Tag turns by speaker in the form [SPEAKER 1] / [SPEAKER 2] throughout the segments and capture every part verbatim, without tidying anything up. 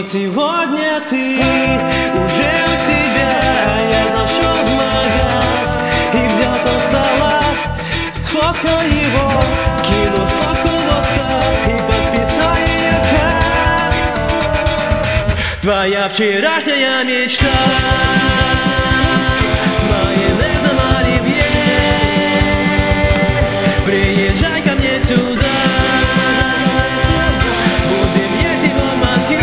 [SPEAKER 1] сегодня ты уже у себя. Я зашел в магаз и взял тот салат, сфоткал его, кинул фотку в WhatsApp и подписал ее так. Твоя вчерашняя мечта с майонезом оливье. Приезжай ко мне сюда, будем есть его в Москве.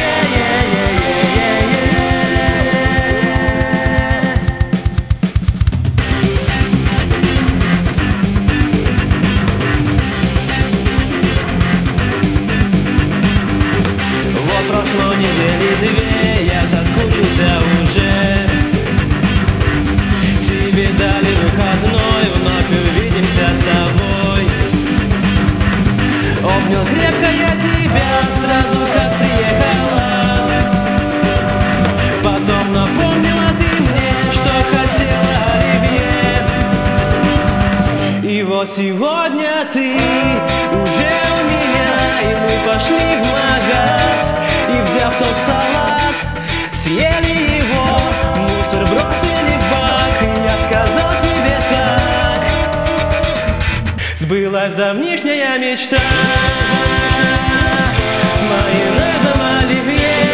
[SPEAKER 1] Вот прошло недели две, я соскучился уже. Тебе дали выходной, вновь увидимся с тобой. Обнял крепко я тебя сразу, как приехала. Потом напомнила ты мне, что хотела оливье. И вот сегодня ты уже у меня, и мы пошли в магаз, и взяв тот салат, съели его, мусор бросили в бак. И я сказал тебе так: сбылась давнишняя мечта с майонезом оливье.